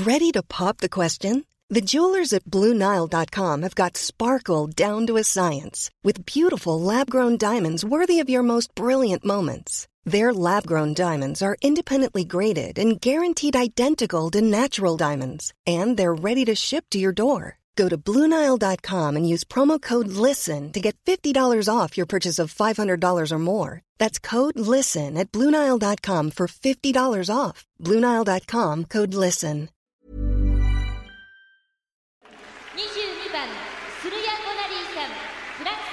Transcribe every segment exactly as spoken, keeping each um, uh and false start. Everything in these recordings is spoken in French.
Ready to pop the question? The jewelers at Blue Nile dot com have got sparkle down to a science with beautiful lab-grown diamonds worthy of your most brilliant moments. Their lab-grown diamonds are independently graded and guaranteed identical to natural diamonds, and they're ready to ship to your door. Go to Blue Nile dot com and use promo code LISTEN to get fifty dollars off your purchase of five hundred dollars or more. That's code LISTEN at Blue Nile dot com for fifty dollars off. Blue Nile dot com, code LISTEN. にじゅうにばん、スルヤ・ゴナリーさん、フラン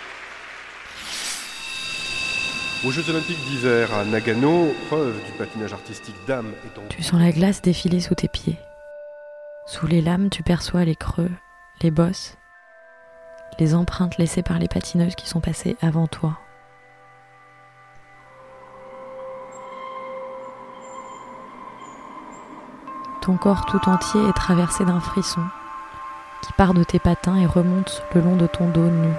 ス。 Aux Jeux Olympiques d'hiver à Nagano, preuve du patinage artistique d'âme et en... Tu sens la glace défiler sous tes pieds. Sous les lames, tu perçois les creux, les bosses, les empreintes laissées par les patineuses qui sont passées avant toi. Ton corps tout entier est traversé d'un frisson qui part de tes patins et remonte le long de ton dos nu.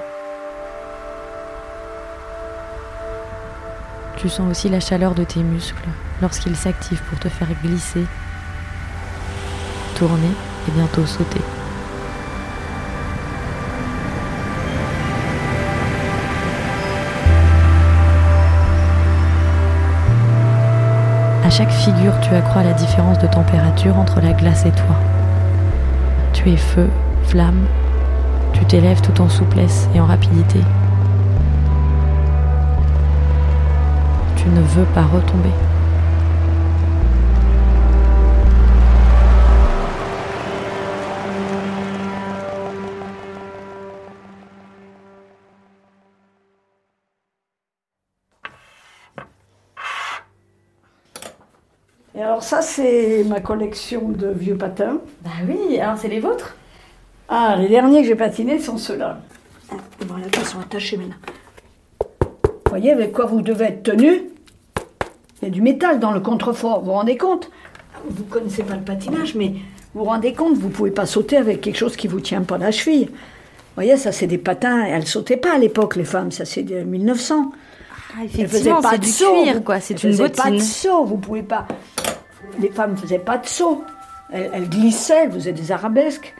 Tu sens aussi la chaleur de tes muscles lorsqu'ils s'activent pour te faire glisser, tourner et bientôt sauter. À chaque figure, tu accrois la différence de température entre la glace et toi. Tu es feu, flamme, tu t'élèves tout en souplesse et en rapidité. Tu ne veux pas retomber. Et alors ça, c'est ma collection de vieux patins. Bah oui, alors c'est les vôtres? Ah, les derniers que j'ai patinés sont ceux-là. Et voilà, ils sont attachés maintenant. Vous voyez avec quoi vous devez être tenu? Il y a du métal dans le contrefort, vous vous rendez compte? Vous ne connaissez pas le patinage, mais vous vous rendez compte, vous ne pouvez pas sauter avec quelque chose qui ne vous tient pas la cheville. Vous voyez, ça c'est des patins, elles ne sautaient pas à l'époque, les femmes, ça c'est de mille neuf cents. Ah, effectivement, c'est du cuir, quoi, c'est une bottine. Pas de saut, vous pouvez pas... Les femmes ne faisaient pas de saut. Elles, elles glissaient, elles faisaient des arabesques.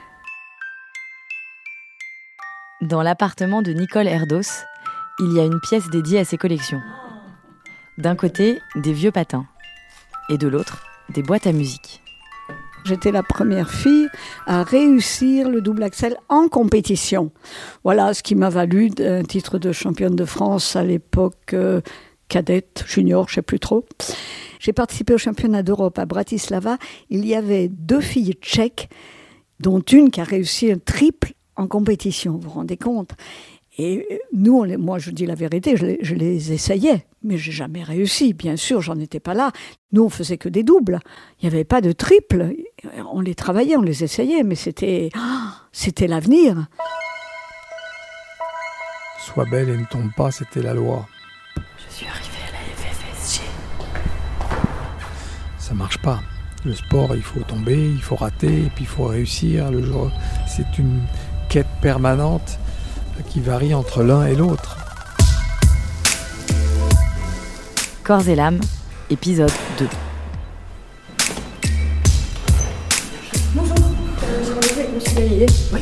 Dans l'appartement de Nicole Erdos, il y a une pièce dédiée à ses collections. D'un côté, des vieux patins. Et de l'autre, des boîtes à musique. J'étais la première fille à réussir le double axel en compétition. Voilà ce qui m'a valu un titre de championne de France à l'époque euh, cadette, junior, je ne sais plus trop. J'ai participé au championnat d'Europe à Bratislava. Il y avait deux filles tchèques, dont une qui a réussi un triple en compétition. Vous vous rendez compte? Et nous, on les, moi je dis la vérité, je les, je les essayais, mais je n'ai jamais réussi. Bien sûr, j'en étais pas là. Nous, on faisait que des doubles. Il n'y avait pas de triple. On les travaillait, on les essayait, mais c'était, oh, c'était l'avenir. Sois belle et ne tombe pas, c'était la loi. Je suis arrivée à la F F S G. Ça marche pas. Le sport, il faut tomber, il faut rater, et puis il faut réussir. Le jour, c'est une quête permanente qui varie entre l'un et l'autre. Corps et l'âme, épisode deux. Bonjour, euh, je rendez-vous avec monsieur Gaillet. Oui.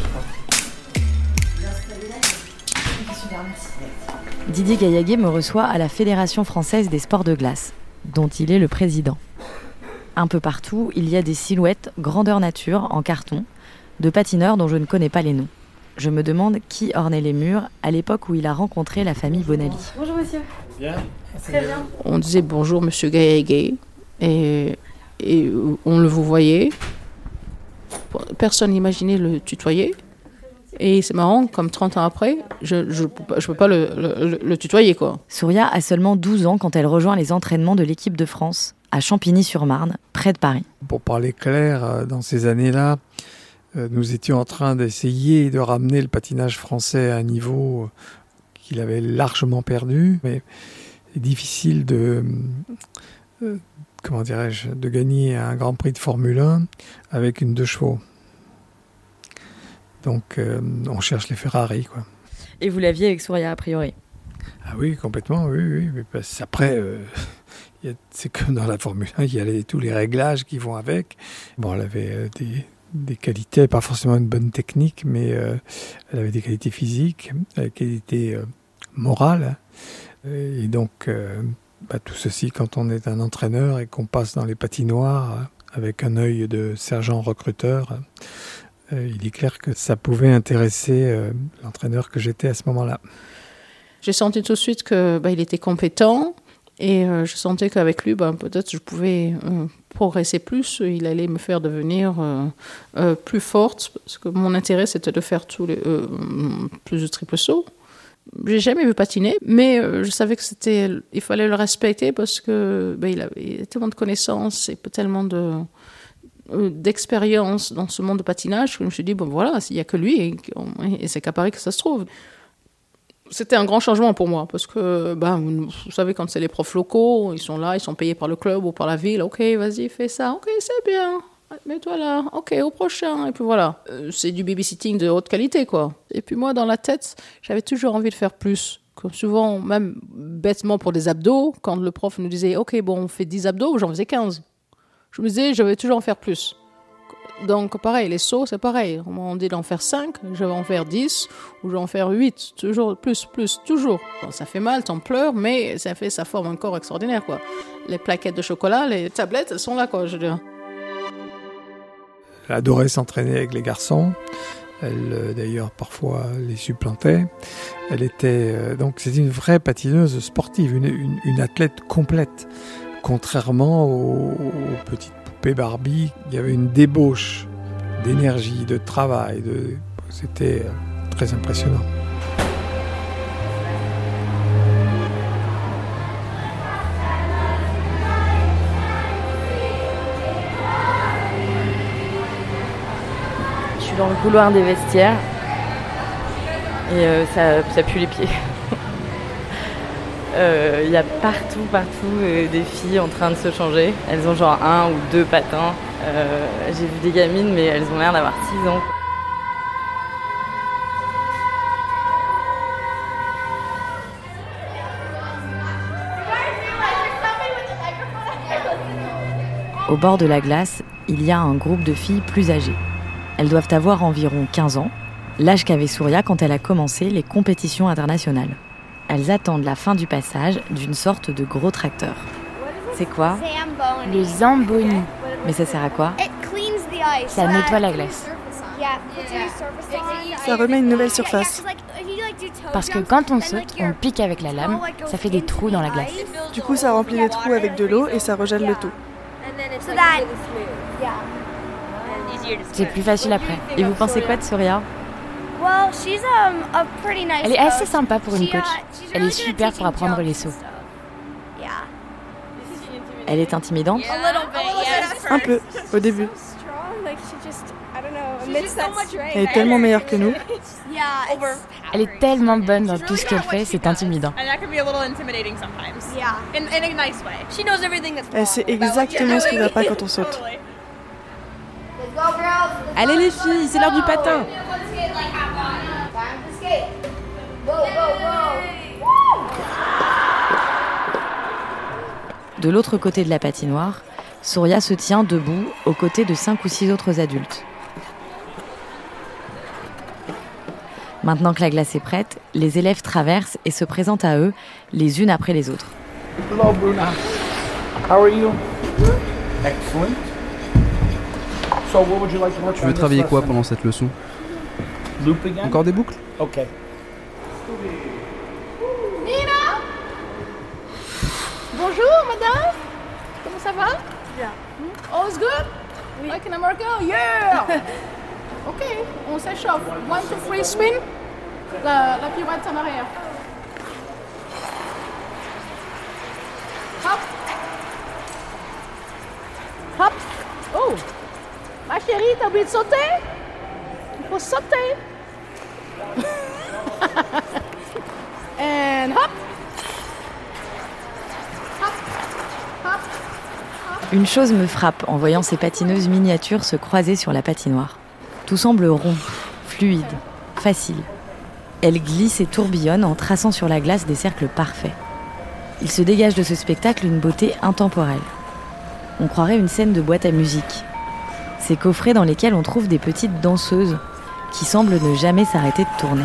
Super, merci. Didier Gaillaguet me reçoit à la Fédération française des sports de glace, dont il est le président. Un peu partout, il y a des silhouettes grandeur nature en carton, de patineurs dont je ne connais pas les noms. Je me demande qui ornait les murs à l'époque où il a rencontré la famille Bonali. Bonjour monsieur. Bien. Très bien. On disait bonjour monsieur Gaillaguet et, et on le vous voyait. Personne n'imaginait le tutoyer. Et c'est marrant, comme trente ans après, je ne je, je peux pas le, le, le tutoyer, quoi. Souria a seulement douze ans quand elle rejoint les entraînements de l'équipe de France à Champigny-sur-Marne, près de Paris. Pour parler clair, dans ces années-là, nous étions en train d'essayer de ramener le patinage français à un niveau qu'il avait largement perdu. Mais c'est difficile de, euh, comment dirais-je, de gagner un Grand Prix de Formule un avec une deux chevaux. Donc, euh, on cherche les Ferrari, quoi. Et vous l'aviez avec Souria, a priori? Ah oui, complètement, oui, oui. Mais parce, après, euh, c'est comme dans la Formule un, il y a les, tous les réglages qui vont avec. Bon, elle avait euh, des, des qualités, pas forcément une bonne technique, mais euh, elle avait des qualités physiques, des qualités euh, morales. Et donc, euh, bah, tout ceci, quand on est un entraîneur et qu'on passe dans les patinoires euh, avec un œil de sergent recruteur, euh, il est clair que ça pouvait intéresser euh, l'entraîneur que j'étais à ce moment-là. J'ai senti tout de suite que bah, il était compétent. Et euh, je sentais qu'avec lui, bah, peut-être je pouvais euh, progresser plus. Il allait me faire devenir euh, euh, plus forte. Parce que mon intérêt, c'était de faire tous les, euh, plus de triple saut. Je n'ai jamais vu patiner, mais euh, je savais que c'était, il fallait le respecter parce que bah, il avait tellement de connaissances et tellement de, euh, d'expérience dans ce monde de patinage que je me suis dit, bon voilà, il n'y a que lui et, et c'est qu'à Paris que ça se trouve. C'était un grand changement pour moi, parce que, ben, vous savez, quand c'est les profs locaux, ils sont là, ils sont payés par le club ou par la ville. OK, vas-y, fais ça. OK, c'est bien. Mets-toi là. OK, au prochain. Et puis voilà. Euh, c'est du babysitting de haute qualité, quoi. Et puis moi, dans la tête, j'avais toujours envie de faire plus. Comme souvent, même bêtement pour des abdos, quand le prof nous disait, OK, bon, on fait dix abdos, j'en faisais quinze. Je me disais, je vais toujours en faire plus. Donc, pareil, les sauts, c'est pareil. On dit d'en faire cinq, je vais en faire dix, ou je vais en faire huit. Toujours, plus, plus, toujours. Bon, ça fait mal, t'en pleures, mais ça fait, ça forme un corps extraordinaire, quoi. Les plaquettes de chocolat, les tablettes, elles sont là, quoi, je veux dire. Elle adorait s'entraîner avec les garçons. Elle, euh, d'ailleurs, parfois, les supplantait. Elle était, euh, donc, c'était une vraie patineuse sportive, une, une, une athlète complète. Contrairement aux, aux petites poupée Barbie, il y avait une débauche d'énergie, de travail, de... c'était très impressionnant. Je suis dans le couloir des vestiaires et euh, ça, ça pue les pieds. Il euh, y a partout, partout euh, des filles en train de se changer. Elles ont genre un ou deux patins. Euh, j'ai vu des gamines, mais elles ont l'air d'avoir six ans. Au bord de la glace, il y a un groupe de filles plus âgées. Elles doivent avoir environ quinze ans, l'âge qu'avait Surya quand elle a commencé les compétitions internationales. Elles attendent la fin du passage d'une sorte de gros tracteur. C'est quoi ? Le Zamboni. Mais ça sert à quoi ? Ça nettoie la glace. Ça remet une nouvelle surface. Parce que quand on saute, on pique avec la lame, ça fait des trous dans la glace. Du coup, ça remplit les trous avec de l'eau et ça regèle le tout. C'est plus facile après. Et vous pensez quoi de Surya ? Elle est assez sympa pour une coach. Elle est super pour apprendre les sauts. Elle est intimidante ? Un peu, au début. Elle est tellement meilleure que nous. Elle est tellement bonne dans tout ce qu'elle fait, c'est intimidant. Elle sait exactement ce qui ne va pas quand on saute. Allez les filles, c'est l'heure du patin. De l'autre côté de la patinoire, Surya se tient debout aux côtés de cinq ou six autres adultes. Maintenant que la glace est prête, les élèves traversent et se présentent à eux, les unes après les autres. Hello Bruna, how are you? Excellent. So what would you like to work on? Tu veux travailler quoi pendant cette leçon? Loop again? Encore des boucles? Ok. Nina! Bonjour madame! Comment ça va? Bien. All's good? Oui. Like in America? Yeah! Ok, on s'échauffe. One, two, three, spin. La, la pirouette en arrière. Hop. Hop. Oh! Ma chérie, t'as oublié de sauter? Il faut sauter. And hop. Hop. Hop. Une chose me frappe en voyant ces patineuses miniatures se croiser sur la patinoire. Tout semble rond, fluide, facile. Elles glissent et tourbillonnent en traçant sur la glace des cercles parfaits. Il se dégage de ce spectacle une beauté intemporelle. On croirait une scène de boîte à musique. Ces coffrets dans lesquels on trouve des petites danseuses qui semblent ne jamais s'arrêter de tourner.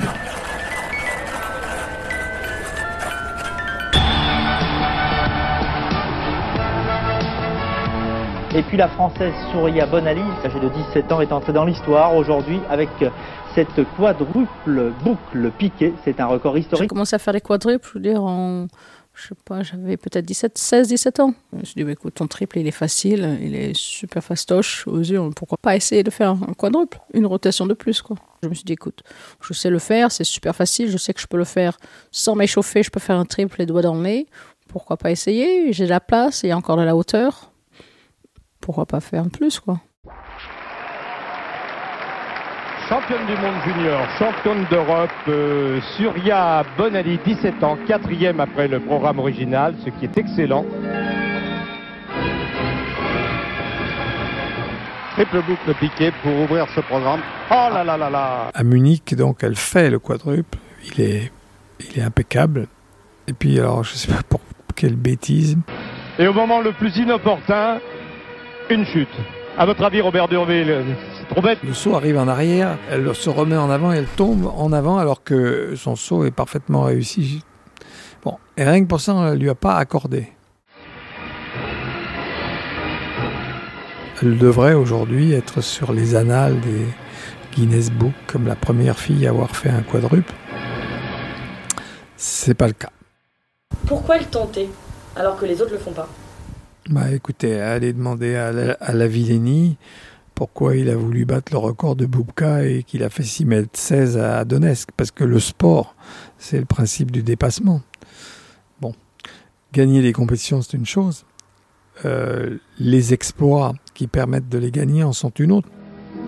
Et puis la Française Souria Bonali, âgée de dix-sept ans, est entrée dans l'histoire aujourd'hui avec cette quadruple boucle piquée. C'est un record historique. J'ai commencé à faire les quadruples, je veux dire, en... Je sais pas, j'avais peut-être dix-sept, seize, dix-sept ans. Je me suis dit, bah, écoute, ton triple, il est facile, il est super fastoche aux yeux. Pourquoi pas essayer de faire un quadruple, une rotation de plus, quoi. Je me suis dit, écoute, je sais le faire, c'est super facile, je sais que je peux le faire sans m'échauffer, je peux faire un triple les doigts dans le nez. Pourquoi pas essayer? J'ai de la place, il y a encore de la hauteur. Pourquoi pas faire un plus, quoi. Championne du monde junior, championne d'Europe, euh, Souria Bonali, dix-sept ans, quatrième après le programme original, ce qui est excellent. Triple boucle piquée pour ouvrir ce programme. Oh là là là là! À Munich, donc, elle fait le quadruple. Il est, il est impeccable. Et puis, alors, je sais pas pour quelle bêtise. Et au moment le plus inopportun, une chute. À votre avis, Robert Durville, c'est trop bête. Le saut arrive en arrière, elle se remet en avant et elle tombe en avant alors que son saut est parfaitement réussi. Bon, et rien que pour ça, on ne lui a pas accordé. Elle devrait aujourd'hui être sur les annales des Guinness Book comme la première fille à avoir fait un quadruple. C'est pas le cas. Pourquoi le tenter alors que les autres le font pas? Bah écoutez, allez demander à, la, à Lavillenie pourquoi il a voulu battre le record de Bubka et qu'il a fait six mètres seize à Donetsk. Parce que le sport, c'est le principe du dépassement. Bon, gagner les compétitions, c'est une chose. Euh, les exploits qui permettent de les gagner en sont une autre.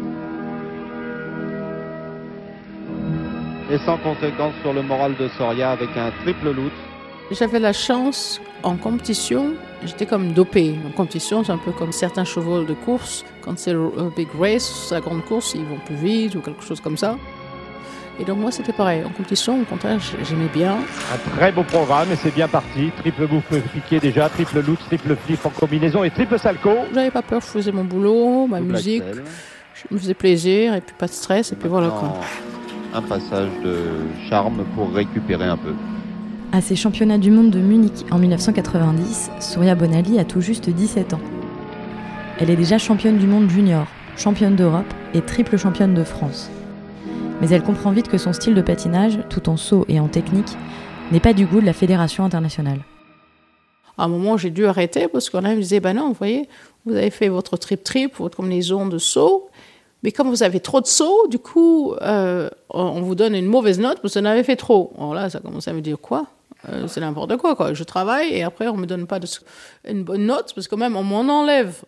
Et sans conséquence sur le moral de Souria avec un triple loot. J'avais la chance, en compétition, j'étais comme dopée. En compétition, c'est un peu comme certains chevaux de course. Quand c'est le big race, la grande course, ils vont plus vite ou quelque chose comme ça. Et donc moi, c'était pareil. En compétition, au contraire, j'aimais bien. Un très beau programme et c'est bien parti. Triple boucle piquée déjà, triple loot, triple flip en combinaison et triple salco. J'avais pas peur, je faisais mon boulot, ma Double musique. Axel. Je me faisais plaisir et puis pas de stress et puis voilà quoi. Un passage de charme pour récupérer un peu. À ces championnats du monde de Munich en dix-neuf cent quatre-vingt-dix, Souria Bonali a tout juste dix-sept ans. Elle est déjà championne du monde junior, championne d'Europe et triple championne de France. Mais elle comprend vite que son style de patinage, tout en saut et en technique, n'est pas du goût de la fédération internationale. À un moment, j'ai dû arrêter parce qu'on me disait, ben non, vous voyez, vous avez fait votre trip-trip, votre combinaison de saut, mais comme vous avez trop de sauts, du coup, euh, on vous donne une mauvaise note parce que vous en avez fait trop. Alors là, ça commence à me dire quoi? Euh, c'est n'importe quoi, quoi. Je travaille et après, on ne me donne pas de, une bonne note parce que même on m'en enlève.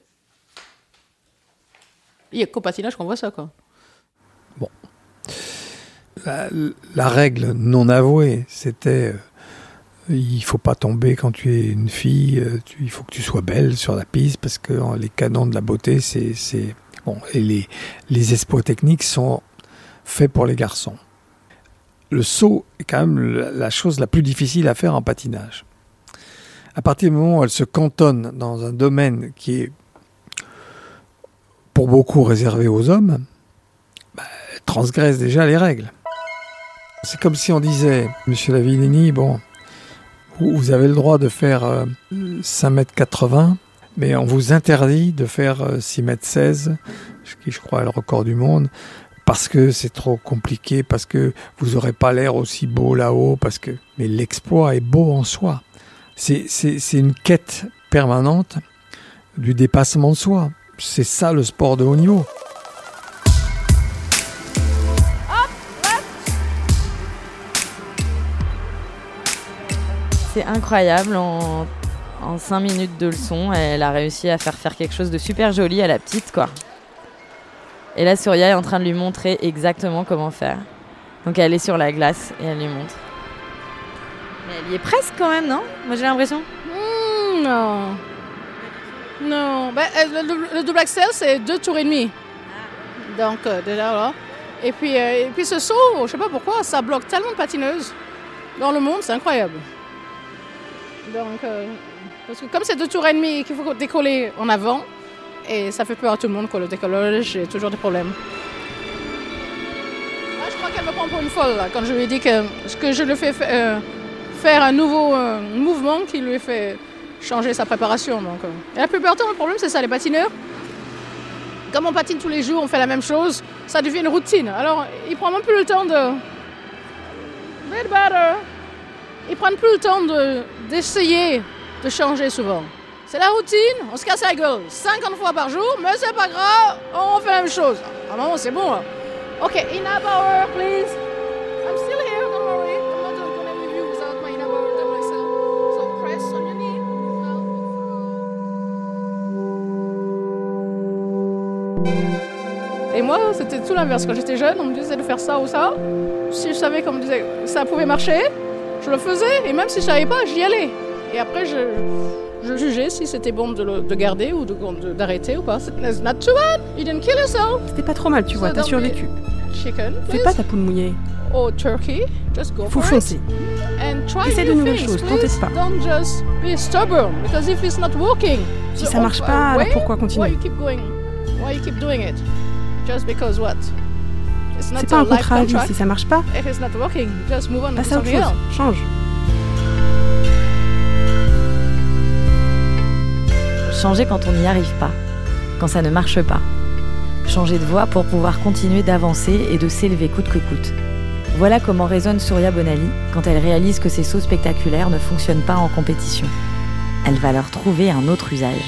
Il n'y a qu'au patinage qu'on voit ça, quoi. Bon. La, la règle non avouée, c'était euh, il ne faut pas tomber quand tu es une fille, euh, tu, il faut que tu sois belle sur la piste parce que euh, les canons de la beauté, c'est... c'est... Bon, et les, les exploits techniques sont faits pour les garçons. Le saut est quand même la, la chose la plus difficile à faire en patinage. À partir du moment où elle se cantonne dans un domaine qui est pour beaucoup réservé aux hommes, bah, elle transgresse déjà les règles. C'est comme si on disait, Monsieur Lavillenie, bon, vous, vous avez le droit de faire euh, cinq mètres quatre-vingts, mais on vous interdit de faire euh, six mètres seize, qui je crois est le record du monde, parce que c'est trop compliqué, parce que vous n'aurez pas l'air aussi beau là-haut, parce que... Mais l'exploit est beau en soi. C'est, c'est, c'est une quête permanente du dépassement de soi. C'est ça le sport de haut niveau. C'est incroyable, en, en cinq minutes de leçon, elle a réussi à faire faire quelque chose de super joli à la petite, quoi. Et là, Souria est en train de lui montrer exactement comment faire. Donc elle est sur la glace et elle lui montre. Mais elle y est presque quand même, non? Moi j'ai l'impression. Mmh, non. Non. Ben, le, le double axel, c'est deux tours et demi. Donc euh, déjà là. Et puis, euh, et puis ce saut, je sais pas pourquoi, ça bloque tellement de patineuses dans le monde, c'est incroyable. Donc, euh, parce que comme c'est deux tours et demi qu'il faut décoller en avant, et ça fait peur à tout le monde, quoi, le décollage, j'ai toujours des problèmes. Là, je crois qu'elle me prend pour une folle, là, quand je lui ai dit que, que je lui fais euh, faire un nouveau euh, mouvement qui lui fait changer sa préparation. Donc, euh. Et la plupart du temps, le problème, c'est ça, les patineurs. Comme on patine tous les jours, on fait la même chose, ça devient une routine. Alors, ils prennent même plus le temps de... Bit better. Ils prennent plus le temps de, d'essayer de changer souvent. C'est la routine, on se casse la gueule cinquante fois par jour, mais c'est pas grave, on fait la même chose. À un moment, c'est bon, là. OK, in-app hour, please. I'm still here, don't worry. I'm not going to leave you without my in-app hour by myself. So press on your knee. Et moi, c'était tout l'inverse. Quand j'étais jeune, on me disait de faire ça ou ça. Si je savais qu'on me disait que ça pouvait marcher, je le faisais. Et même si je savais pas, j'y allais. Et après, je, je jugeais si c'était bon de, le, de garder ou de, de, d'arrêter ou pas. It's not too bad. You didn't kill yourself. C'était pas trop mal, tu vois, t'as survécu. Chicken, Fais pas ta poule mouillée. Oh, turkey. Just go Faut for foncer. it. And try Essaie de new nouvelles things, choses, please. t'entête pas. Don't just be stubborn, because if it's not working, Si the ça marche pas, way, alors pourquoi continuer? Why you keep going? Why you keep doing it? Just because what? It's not C'est pas a un life contrat à vie, contract. si ça marche pas, If it's not working, just move on to passe à autre something chose, else. change. Changer quand on n'y arrive pas, quand ça ne marche pas. Changer de voie pour pouvoir continuer d'avancer et de s'élever coûte que coûte. Voilà comment résonne Surya Bonali quand elle réalise que ses sauts spectaculaires ne fonctionnent pas en compétition. Elle va leur trouver un autre usage.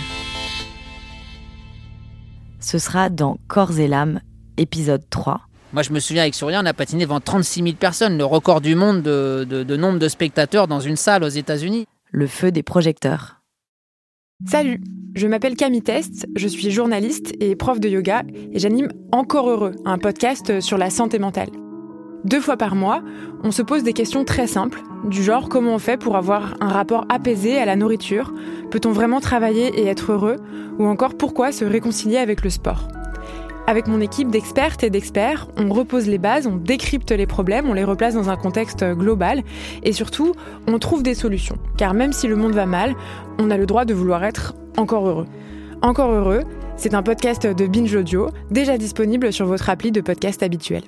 Ce sera dans Corps et l'âme, épisode trois. Moi, je me souviens, avec Surya, on a patiné devant trente-six mille personnes, le record du monde de, de, de nombre de spectateurs dans une salle aux États-Unis. Le feu des projecteurs. Salut, je m'appelle Camille Test, je suis journaliste et prof de yoga et j'anime Encore Heureux, un podcast sur la santé mentale. Deux fois par mois, on se pose des questions très simples, du genre comment on fait pour avoir un rapport apaisé à la nourriture, peut-on vraiment travailler et être heureux, ou encore pourquoi se réconcilier avec le sport. Avec mon équipe d'expertes et d'experts, on repose les bases, on décrypte les problèmes, on les replace dans un contexte global et surtout, on trouve des solutions. Car même si le monde va mal, on a le droit de vouloir être encore heureux. Encore Heureux, c'est un podcast de Binge Audio, déjà disponible sur votre appli de podcast habituelle.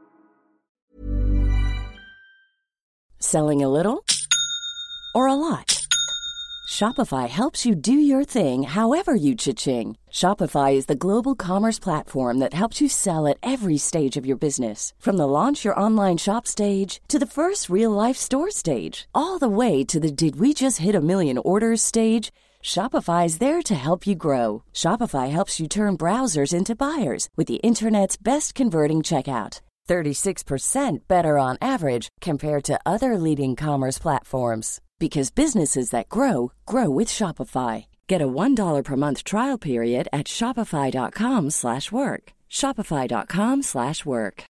Selling a little or a lot? Shopify helps you do your thing however you cha-ching. Shopify is the global commerce platform that helps you sell at every stage of your business. From the launch your online shop stage to the first real-life store stage, all the way to the did we just hit a million orders stage. Shopify is there to help you grow. Shopify helps you turn browsers into buyers with the internet's best converting checkout. thirty-six percent better on average compared to other leading commerce platforms. Because businesses that grow, grow with Shopify. Get a one dollar per month trial period at shopify.com slash work. Shopify.com slash work.